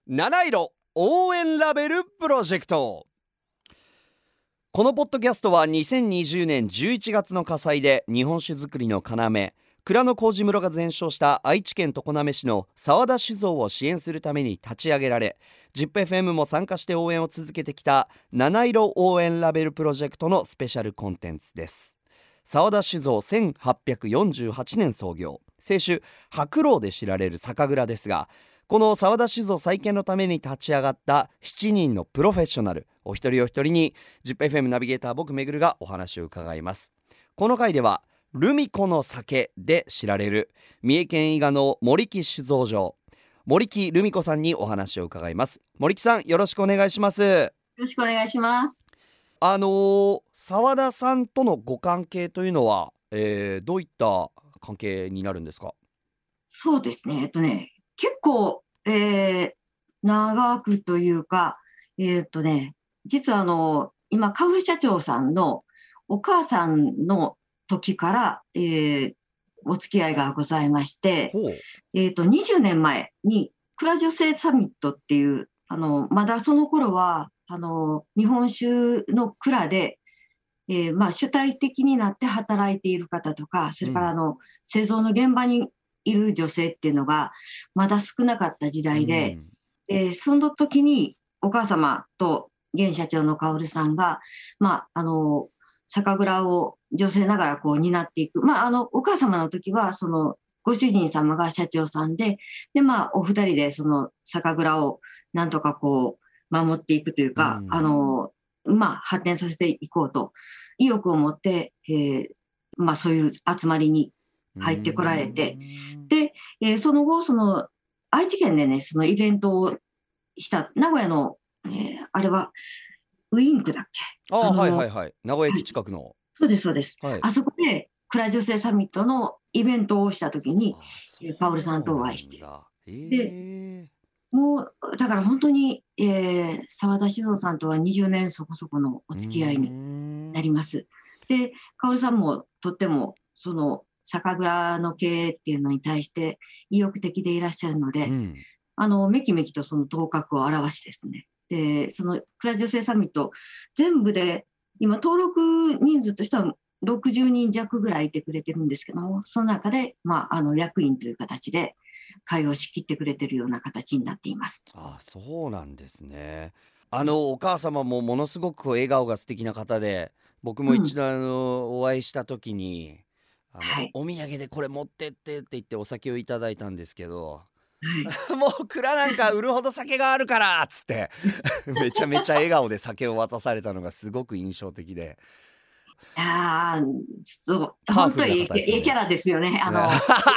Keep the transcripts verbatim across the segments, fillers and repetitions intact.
七色応援ラベルプロジェクト。このポッドキャストはにせんにじゅうねんじゅういちがつの火災で日本酒造りの要蔵の麹室が全焼した愛知県常滑市の澤田酒造を支援するために立ち上げられ、 ジップエフエム も参加して応援を続けてきた七色応援ラベルプロジェクトのスペシャルコンテンツです。澤田酒造せんはっぴゃくよんじゅうはちねん創業、清酒白老で知られる酒蔵ですが、この澤田酒造再建のために立ち上がったしちにんのプロフェッショナルお一人お一人に ジップエフエム ナビゲーター僕めぐるがお話を伺います。この回ではルミ子の酒で知られる三重県伊賀の森木酒造場、森木ルミ子さんにお話を伺います。森木さん、よろしくお願いします。よろしくお願いします。 あのー、澤田さんとのご関係というのは、えー、どういった関係になるんですか？ そうですね、えっとね結構、えー、長くというか、えー、っとね実はあの今カオル社長さんのお母さんの時から、えー、お付き合いがございまして、えー、とにじゅうねんまえに蔵女性サミットっていうあのまだその頃はあの日本酒の蔵で、えーまあ、主体的になって働いている方とか、それからあの、うん、製造の現場にいる女性っていうのがまだ少なかった時代で、うんえー、その時にお母様と現社長の薫さんが、まあ、あの酒蔵を女性ながらこう担っていく、まあ、あのお母様の時はそのご主人様が社長さんで、で、まあ、お二人でその酒蔵をなんとかこう守っていくというか、うん、あのまあ、発展させていこうと意欲を持って、えーまあ、そういう集まりに入ってこられて、で、えー、その後その愛知県でねそのイベントをした名古屋の、えー、あれはウインクだっけ？ ああ、はいはいはい、名古屋駅近くの、はい、 そうですそうです、はい、あそこで蔵女性サミットのイベントをした時に薫さんとお会いして、えー、でもうだから本当に澤田酒造さんとはにじゅうねんそこそこのお付き合いになります。で、薫さんもとってもその酒蔵の経営っていうのに対して意欲的でいらっしゃるので、うん、あのめきめきとその頭角を表しですね、でその蔵女性サミット全部で今登録人数としてはろくじゅうにん弱ぐらいいてくれてるんですけども、その中で、まあ、あの役員という形で会を仕切ってくれてるような形になっています。 ああ、そうなんですね。あのお母様もものすごく笑顔が素敵な方で、僕も一度あの、うん、お会いした時にあの、はい、お土産でこれ持ってってって言ってお酒をいただいたんですけど、はい、もう蔵なんか売るほど酒があるからっつってめちゃめちゃ笑顔で酒を渡されたのがすごく印象的で、 あそう本当にいい、ね、いいキャラですよね、あの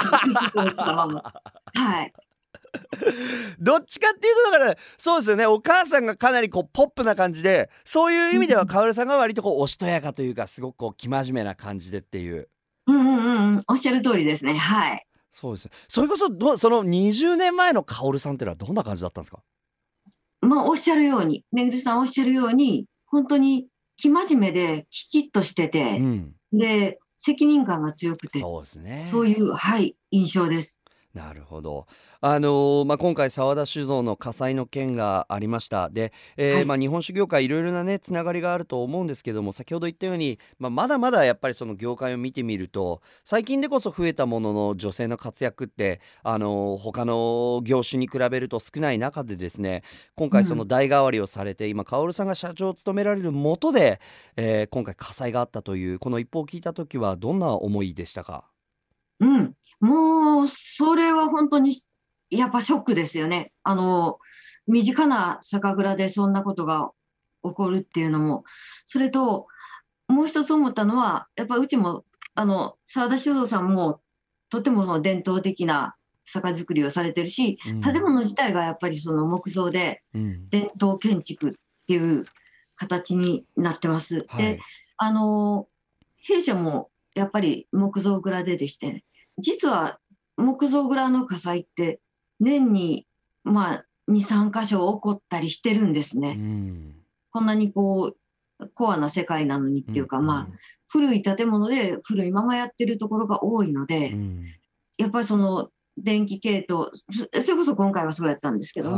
はい。 どっちかっていうとだからそうですよね、お母さんがかなりこうポップな感じで、そういう意味では薫さんが割とこうおしとやかというか、すごくこう生真面目な感じでっていう。 うんうんうん、おっしゃる通りですね。はい。 そうです。それこそどそのにじゅうねんまえの薫さんってのはどんな感じだったんですか？ まあおっしゃるように、めぐるさんおっしゃるように本当に生真面目できちっとしてて、うん、で責任感が強くて、 そうですね、 そういう、はい、印象です。 なるほど。あのーまあ、今回澤田酒造の火災の件がありました。で、えーはいまあ、日本酒業界いろいろなねつながりがあると思うんですけども、先ほど言ったように、まあ、まだまだやっぱりその業界を見てみると最近でこそ増えたものの女性の活躍って、あのー他の業種に比べると少ない中でですね、今回その代替わりをされて、うん、今薫さんが社長を務められる下で、えー、今回火災があったというこの一報を聞いた時はどんな思いでしたか？ うん、もうそれは本当にやっぱショックですよね。あの身近な酒蔵でそんなことが起こるっていうのも、それともう一つ思ったのは、やっぱうちもあの澤田酒造さんもとてもその伝統的な酒造りをされてるし、うん、建物自体がやっぱりその木造で伝統建築っていう形になってます。はい、で、あの弊社もやっぱり木造蔵ででして、実は木造蔵の火災って年にまあに、さんかしょ起こったりしてるんですね。うん、こんなにこうコアな世界なのにっていうか、うん、まあ古い建物で古いままやってるところが多いので、うん、やっぱりその電気系統、それこそ今回はそうやったんですけども、はい、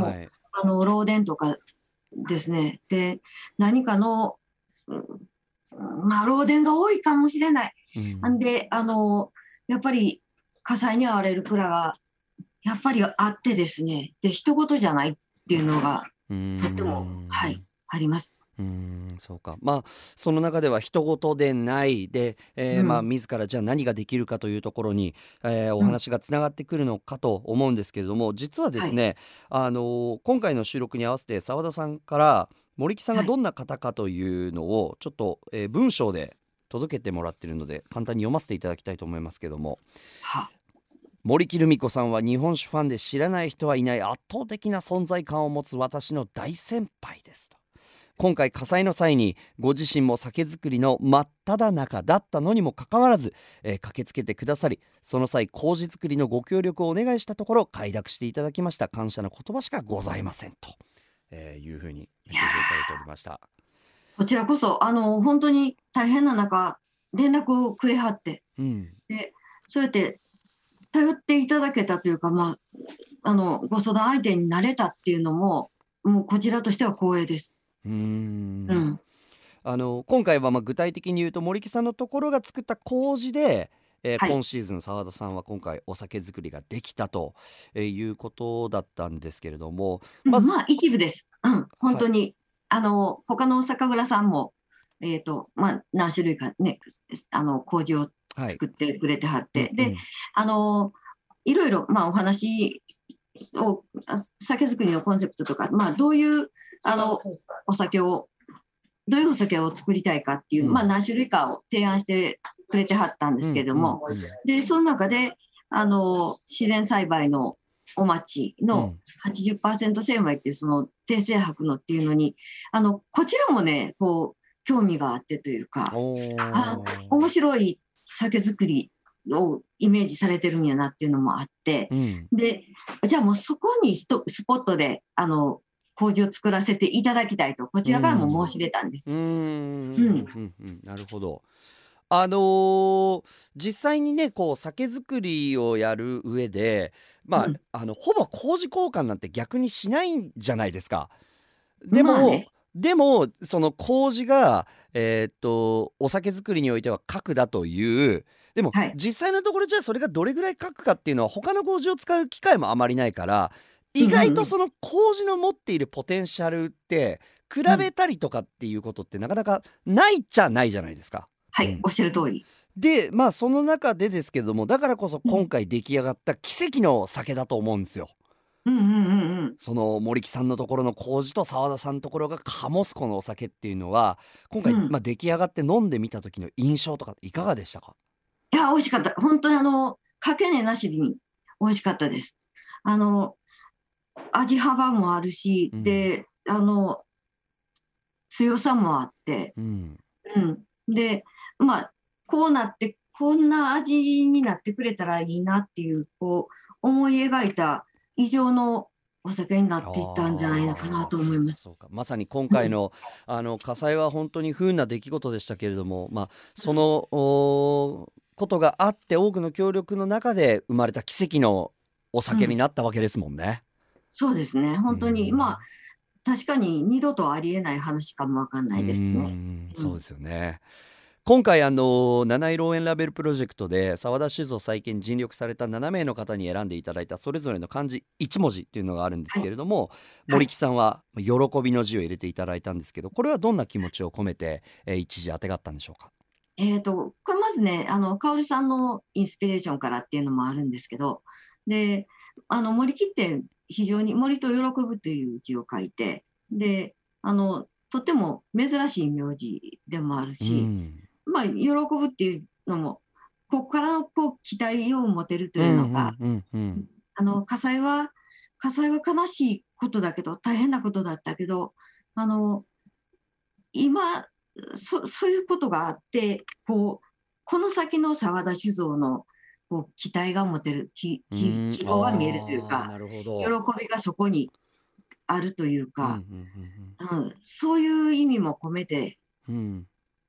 あの漏電とかですね。で、何かの、うん、まあ、漏電が多いかもしれない。 うんんで、あの、やっぱり火災に遭われる蔵がやっぱりあってですね。で、一言じゃないっていうのがうーとっても、はい、 んあります。 うーんそうか。まあその中では人事でないで、えーまあうん、 自らじゃあ何ができるかというところに、えーおうん、 話がつながってくるのかと思うんですけれども、実はではい、 すね、あのー今回の収録に合わせて澤田さんから森木さんがはい、 どんな方かというのをちょっと、えー文章で届けてもらっているので簡単に読ませていただきたいと思いますけども、 は、 森木留美子さんは日本酒ファンで知らない人はいない圧倒的な存在感を持つ私の大先輩ですと。今回火災の際にご自身も酒造りの真っ只中だったのにもかかわらず、えー駆けつけてくださり、その際麹作りのご協力をお願いしたところ快諾していただきました。感謝の言葉しかございませんと、えーいうふうにメッいやセージをいただいておりました。 こちらこそ、あの、本当に大変な中、連絡をくれはって、 うんで、そうやって頼っていただけたというか、まあ、あの、ご相談相手になれたっていうのも、もうこちらとしては光栄です。 うーんうん。 あの今回はまあ具体的に言うと森木さんのところが作った麹で、えーはい。 今シーズン澤田さんは今回お酒作りができたと、えーいうことだったんですけれども、まうん、 ず、 まあ、一部です。うん、本はい当に。あの、他の酒蔵さんも、えっと、まあ、何種類かね、あの、麹をはい作ってくれてはって、で、 うんうんあの、いろいろ、まあ、お話を、あ酒造りのコンセプトとか、まあ、どういう、あの、お酒を、どういうお酒を作りたいかっていう、 うんまあ、何種類かを提案してくれてはったんでうんうんすけども、 うんで、その中で、あの、自然栽培のお町のうんはちじゅっパーセント精米っていうその低精白のっていうのに、あの、こちらもね、こう、興味があってというか、あ、面おー白い酒造りをイメージされてるんやなっていうのもあって、 うんで、じゃあもうそこにストスポットで、あの、麹を作らせていただきたいと、こうちらからもん申し出たんでうーんす。 うんうん。 うんうんなるほど。あのー実際にねこう酒造りをやる上でまあうん。 あのほぼ麹交換なんて逆にしないんじゃないですか。でもまあね。 でもその麹がえーっとお酒造りにおいては核だというでもはい。 実際のところじゃあそれがどれぐらい核かっていうのは他の麹を使う機会もあまりないから意うんうんうん。 外とその麹の持っているポテンシャルって比うん。 べたりとかっていうことってなかなかないっちゃないじゃないですか。 はい、 うん、 おっしゃる通り。 でまあその中でですけどもだからこそうん。 今回出来上がった奇跡の酒だと思うんですよ。 うんうんうんうん。 その森木さんのところの麹と澤田さんのところが醸すこのお酒っていうのは今回、 うん。 まあ、出来上がって飲んでみた時の印象とかいかがでしたか？ いや、美味しかった。本当にあの、かけねなしに美味しかったです。あの、味幅もあるし、 うんで、あの、強さもあって、 うんうん。で、まあ、こうなって、こんな味になってくれたらいいなっていう、こう、思い描いた以上のお酒になっていったんじゃないのかなああ、 と思そういます。 かそうか。まさに今うん。 回のあの火災は本当に不運な出来事でしたけれども、まあ、そのおーことがあって多くの協力の中で生まれた奇跡のお酒にうん。 なったわけですもんね。 そうですね。 う本当に、まあ、 ん確かに二度とありえない話かもわかんうーないですしね。 ん、 うん。 そうですよね。今回あの七色応援ラベルプロジェクトで澤田酒造再建尽力されたなな名の方に選んでいただいたそれぞれの漢字いち文字っていうのがあるんですはい。 けれども、 はい。 森木さんは喜びの字を入れていただいたんですけど、これはどんな気持ちを込めて、えー一字当てがったんでしょうか？ えっと、これまずね、あの、香織さんのインスピレーションからっていうのもあるんですけど、で、あの、森木って非常に森と喜ぶという字を書いて、で、あの、とても珍しい名字でもあるうし、 んまあ、喜ぶっていうのも、ここからのこう期待を持てるとうんいうのが、 うんうんうんあの、火災は、火災は悲しいことだけど、大変なことだったけど、あの、今、そそういうことがあって、こう、この先の澤田酒造のこう期待が持てる、きうきーん希望が見えるというか、 あーなるほ喜ど。 びがそこにあるというか、 うんうんうん、そういう意味も込めて、 うんうんうん、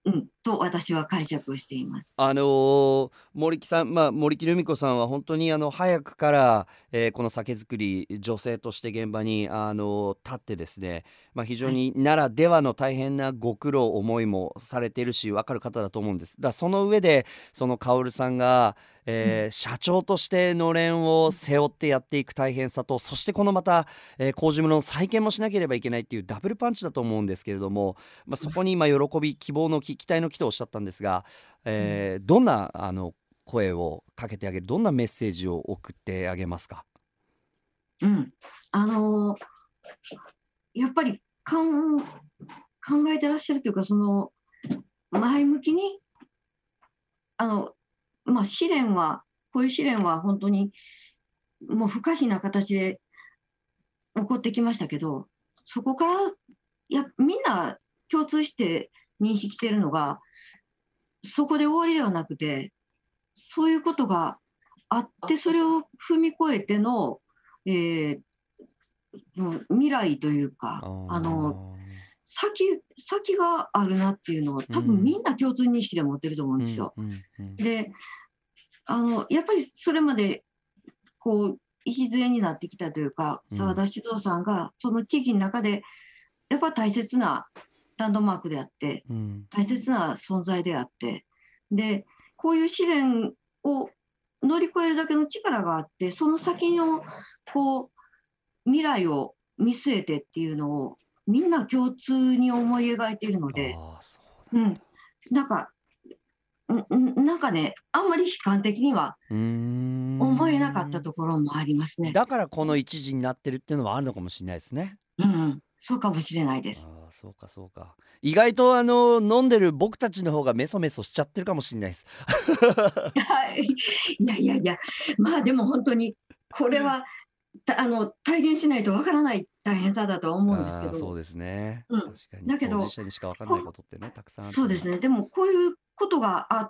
と私は解釈をしています。 あのー森木さん、まあ、森木留美子さんは本当にあの早くから、えーこの酒造り女性として現場に、あのー立ってですね、まあ、非常はい。 にならではの大変なご苦労思いもされているし分かる方だと思うんです。だからその上でその薫さんが、 うん。 えー社長としてのれんを背負ってやっていく大変さと、そしてこのまた、えー、麹室の再建もしなければいけないっていうダブルパンチだと思うんですけれども、まあ、そこに今喜び希望の期期待の期とおっしゃったんですが、 うん。 えーどんなあの声をかけてあげる、どんなメッセージを送ってあげますか？ うん。あのーやっぱりかん考えてらっしゃるというか、その前向きに、あの、まあ、試練は、こういう試練は本当にもう不可避な形で起こってきましたけど、そこからやみんな共通して認識しているのが、そこで終わりではなくて、そういうことがあって、それを踏み越えての、えーの未来というか、 ああの、 ー先先があるなっていうのを多分みうんんな共通認識で持ってると思うんうんですよ。 うんうんで、あの、やっぱりそれまでこう礎になってきたというか、 うん澤田酒造さんがその地域の中でやっぱ大切なランドマークであって、 うん大切な存在であって、で、こういう試練を乗り越えるだけの力があって、その先のこう未来を見据えてっていうのをみんな共通に思い描いているので、 ああそううん、なんか、んんなんかね、あんまり悲観的にはなんだ。うー思えなかったんところもありますね。 だからこの一時になってるっていうのはあるのかもしれないですね。 うんうん、そうかもしれないです。 ああそうかそうか、意外とあの飲んでる僕たちの方がメソメソしちゃってるかもしれないです。 はい。いやいやいや、まあでも本当にこれは、たあの、体現しないとわからない大変さだとは思うんですけど、 ああそうですね、 うん。 確かにだけど、 当事者にしか分かんないほんことってねたくさんあってね。 そうですね、でもこういうことがあって、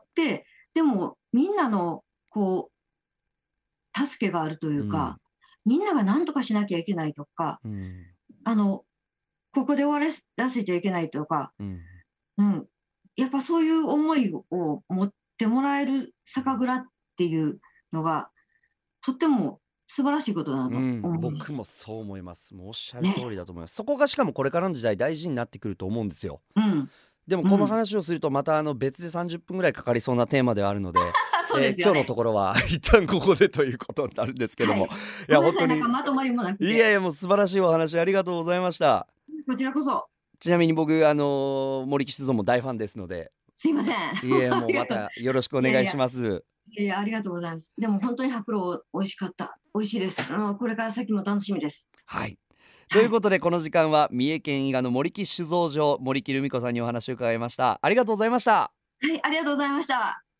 でもみんなのこう助けがあるといううんか、みんなが何とかしなきゃいけないとか、 うんあの、ここで終わらせちゃいけないとか、 うんうん、やっぱそういう思いを持ってもらえる酒蔵っていうのが、とっても素晴らしいことだとうん、 思います。 僕もそう思います。もうおっしゃる通ね。 りだと思います。そこがしかもこれからの時代大事になってくると思うんですよ。 うん、 でもこのうん。 話をするとまたあの別でさんじゅっぷんぐらいかかりそうなテーマではあるので、 あ、そうえー今日のですよね。 ところは一旦ここでということになるんですけども、 はい。 いやごめんなさい、なんか本当に、 まとまりもなくて。 いやいやもう素晴らしいお話ありがとうございました。 こちらこそ、 ちなみに僕あのー森木酒造も大ファンですので、 すいません。 いえありがとう。 もうまたよろしくお願いいやいや、 します。 いやいや、ありがとうございます。でも本当に白露美味しかった。美味しいです。うん、これから先も楽しみです。 はい。とはい。 いうことでこの時間は三重県伊賀の森木酒造場森木留美子さんにお話を伺いました。ありがとうございました。 はい、ありがとうございました。